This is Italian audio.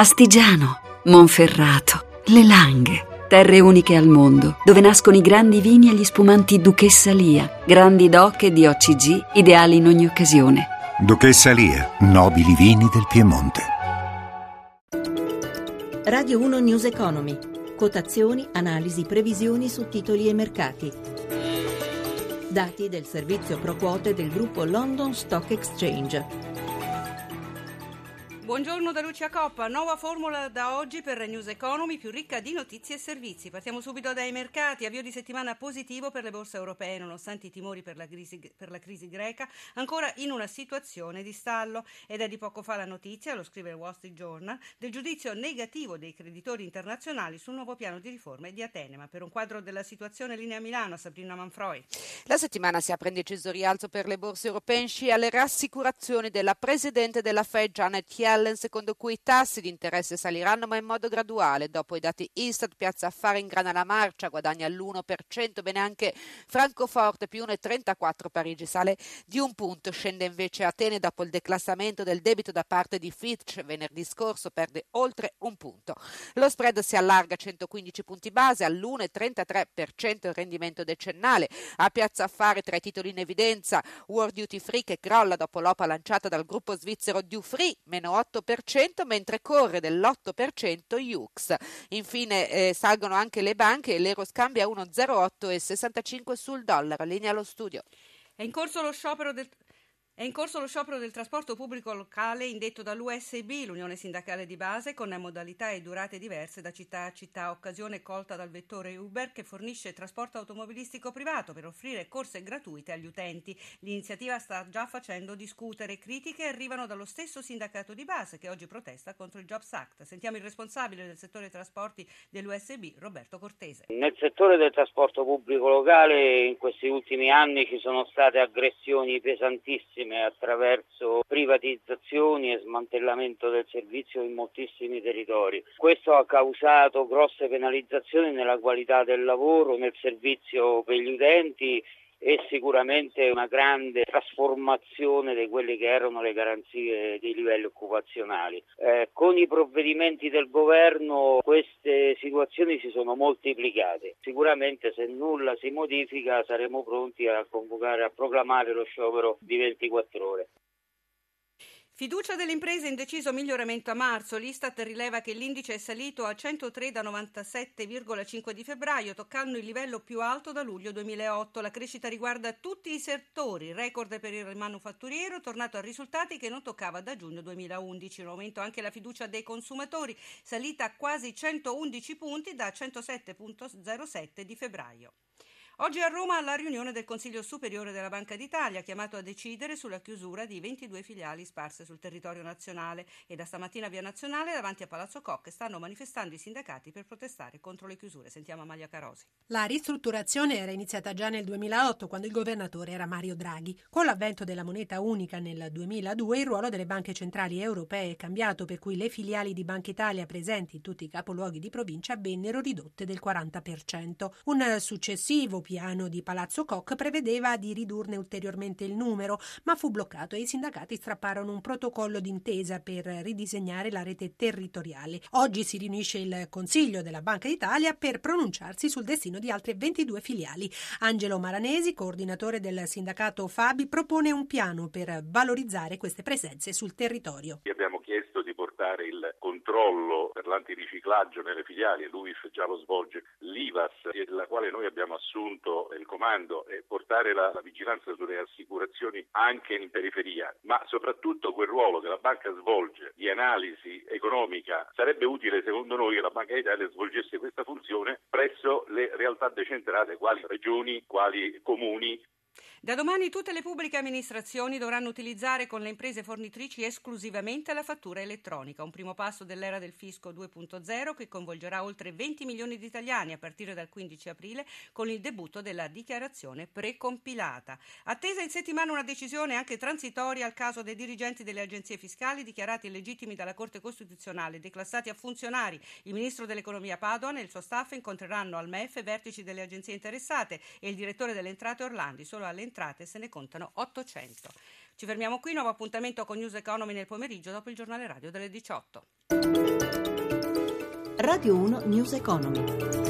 Astigiano, Monferrato, Le Langhe. Terre uniche al mondo, dove nascono i grandi vini e gli spumanti Duchessa Lia, grandi DOC e DOCG, ideali in ogni occasione. Duchessa Lia, nobili vini del Piemonte. Radio 1 News Economy. Quotazioni, analisi, previsioni su titoli e mercati. Dati del servizio pro quote del gruppo London Stock Exchange. Buongiorno da Lucia Coppa, nuova formula da oggi per News Economy più ricca di notizie e servizi. Partiamo subito dai mercati, avvio di settimana positivo per le borse europee nonostante i timori per la crisi greca, ancora in una situazione di stallo. Ed è di poco fa la notizia, lo scrive il Wall Street Journal, del giudizio negativo dei creditori internazionali sul nuovo piano di riforme di Atene. Ma per un quadro della situazione linea Milano, Sabrina Manfroi. La settimana si apre in deciso rialzo per le borse europee in scia alle rassicurazioni della Presidente della Fed Janet Yellen, secondo cui i tassi di interesse saliranno ma in modo graduale. Dopo i dati Istat, Piazza Affari ingrana la marcia, guadagna l'1%, bene anche Francoforte più 1,34, Parigi sale di un punto, scende invece Atene dopo il declassamento del debito da parte di Fitch venerdì scorso, perde oltre un punto. Lo spread si allarga a 115 punti base all'1,33% il rendimento decennale. A Piazza Affari tra i titoli in evidenza World Duty Free che crolla dopo l'OPA lanciata dal gruppo svizzero Dufry, meno 8%, mentre corre dell'8% Yux. Infine salgono anche le banche e l'euro scambia 1,0865 sul dollaro. Linea allo studio. È in corso lo sciopero del trasporto pubblico locale indetto dall'USB, l'Unione Sindacale di Base, con modalità e durate diverse da città a città, occasione colta dal vettore Uber che fornisce trasporto automobilistico privato per offrire corse gratuite agli utenti. L'iniziativa sta già facendo discutere, critiche arrivano dallo stesso sindacato di base che oggi protesta contro il Jobs Act. Sentiamo il responsabile del settore trasporti dell'USB, Roberto Cortese. Nel settore del trasporto pubblico locale in questi ultimi anni ci sono state aggressioni pesantissime attraverso privatizzazioni e smantellamento del servizio in moltissimi territori. Questo ha causato grosse penalizzazioni nella qualità del lavoro, nel servizio per gli utenti e sicuramente una grande trasformazione di quelle che erano le garanzie dei livelli occupazionali. Con i provvedimenti del governo queste situazioni si sono moltiplicate. Sicuramente se nulla si modifica saremo pronti a convocare, a proclamare lo sciopero di 24 ore. Fiducia delle imprese in deciso miglioramento a marzo. L'Istat rileva che l'indice è salito a 103 da 97,5 di febbraio, toccando il livello più alto da luglio 2008. La crescita riguarda tutti i settori, record per il manufatturiero, tornato a risultati che non toccava da giugno 2011. In aumento anche la fiducia dei consumatori, salita a quasi 111 punti da 107,07 di febbraio. Oggi a Roma la riunione del Consiglio Superiore della Banca d'Italia, chiamato a decidere sulla chiusura di 22 filiali sparse sul territorio nazionale, e da stamattina via Nazionale davanti a Palazzo Koch stanno manifestando i sindacati per protestare contro le chiusure. Sentiamo Amalia Carosi. La ristrutturazione era iniziata già nel 2008 quando il governatore era Mario Draghi. Con l'avvento della moneta unica nel 2002 il ruolo delle banche centrali europee è cambiato, per cui le filiali di Banca Italia presenti in tutti i capoluoghi di provincia vennero ridotte del 40%. Un successivo piano di Palazzo Koch prevedeva di ridurne ulteriormente il numero, ma fu bloccato e i sindacati strapparono un protocollo d'intesa per ridisegnare la rete territoriale. Oggi si riunisce il Consiglio della Banca d'Italia per pronunciarsi sul destino di altre 22 filiali. Angelo Maranesi, coordinatore del sindacato Fabi, propone un piano per valorizzare queste presenze sul territorio. Abbiamo chiesto di portare il controllo per l'antiriciclaggio nelle filiali, l'UIF già lo svolge, l'IVAS, della quale noi abbiamo assunto il comando, e portare la vigilanza sulle assicurazioni anche in periferia, ma soprattutto quel ruolo che la banca svolge di analisi economica. Sarebbe utile, secondo noi, che la Banca d'Italia svolgesse questa funzione presso le realtà decentrate, quali regioni, quali comuni. Da domani tutte le pubbliche amministrazioni dovranno utilizzare con le imprese fornitrici esclusivamente la fattura elettronica, un primo passo dell'era del fisco 2.0 che coinvolgerà oltre 20 milioni di italiani a partire dal 15 aprile con il debutto della dichiarazione precompilata. Attesa in settimana una decisione anche transitoria al caso dei dirigenti delle agenzie fiscali dichiarati illegittimi dalla Corte Costituzionale, declassati a funzionari. Il ministro dell'economia Padoan e il suo staff incontreranno al MEF vertici delle agenzie interessate e il direttore delle entrate Orlandi. Solo alle entrate se ne contano 800. Ci fermiamo qui, nuovo appuntamento con News Economy nel pomeriggio dopo il giornale radio delle 18. Radio 1 News Economy.